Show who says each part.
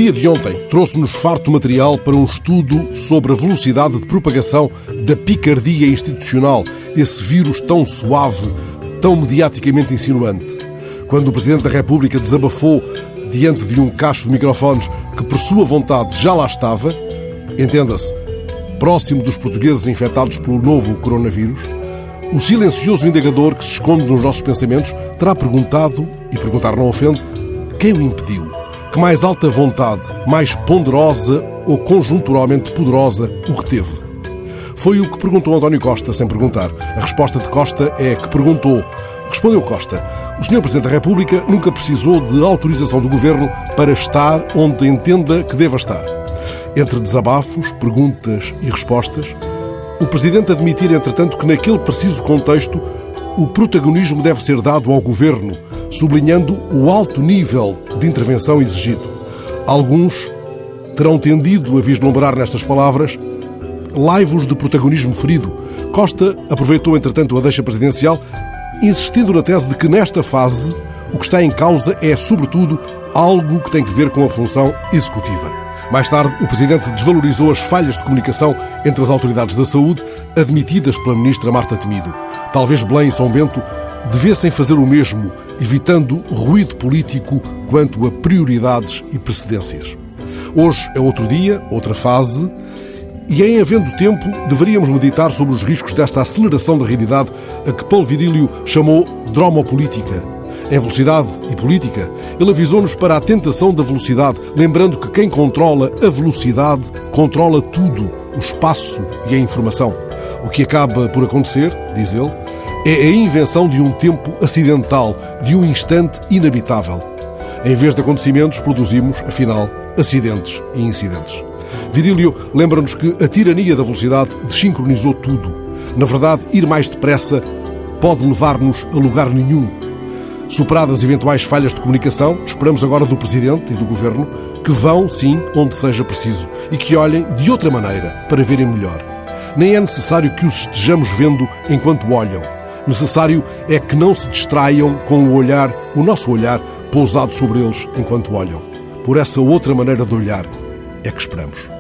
Speaker 1: dia de ontem trouxe-nos farto material para um estudo sobre a velocidade de propagação da picardia institucional, esse vírus tão suave, tão mediaticamente insinuante. Quando o Presidente da República desabafou diante de um cacho de microfones que, por sua vontade, já lá estava, entenda-se, próximo dos portugueses infectados pelo novo coronavírus, o silencioso indagador que se esconde nos nossos pensamentos terá perguntado, e perguntar não ofende, quem o impediu? Que mais alta vontade, mais ponderosa ou conjunturalmente poderosa o reteve? Foi o que perguntou António Costa, sem perguntar. A resposta de Costa é que perguntou. Respondeu Costa: o Sr. Presidente da República nunca precisou de autorização do Governo para estar onde entenda que deva estar. Entre desabafos, perguntas e respostas, o Presidente admitir, entretanto, que naquele preciso contexto o protagonismo deve ser dado ao Governo, sublinhando o alto nível de intervenção exigido. Alguns terão tendido a vislumbrar nestas palavras laivos de protagonismo ferido. Costa aproveitou, entretanto, a deixa presidencial, insistindo na tese de que, nesta fase, o que está em causa é, sobretudo, algo que tem que ver com a função executiva. Mais tarde, o Presidente desvalorizou as falhas de comunicação entre as autoridades da saúde, admitidas pela Ministra Marta Temido. Talvez Belém e São Bento devessem fazer o mesmo, evitando ruído político quanto a prioridades e precedências. Hoje é outro dia, outra fase, e em havendo tempo, deveríamos meditar sobre os riscos desta aceleração da realidade a que Paulo Virílio chamou dromopolítica. Em Velocidade e Política, ele avisou-nos para a tentação da velocidade, lembrando que quem controla a velocidade controla tudo, o espaço e a informação. O que acaba por acontecer, diz ele, é a invenção de um tempo acidental, de um instante inabitável. Em vez de acontecimentos, produzimos, afinal, acidentes e incidentes. Virílio lembra-nos que a tirania da velocidade desincronizou tudo. Na verdade, ir mais depressa pode levar-nos a lugar nenhum. Superadas eventuais falhas de comunicação, esperamos agora do Presidente e do Governo que vão, sim, onde seja preciso e que olhem de outra maneira para verem melhor. Nem é necessário que os estejamos vendo enquanto olham. Necessário é que não se distraiam com o olhar, o nosso olhar, pousado sobre eles enquanto olham. Por essa outra maneira de olhar é que esperamos.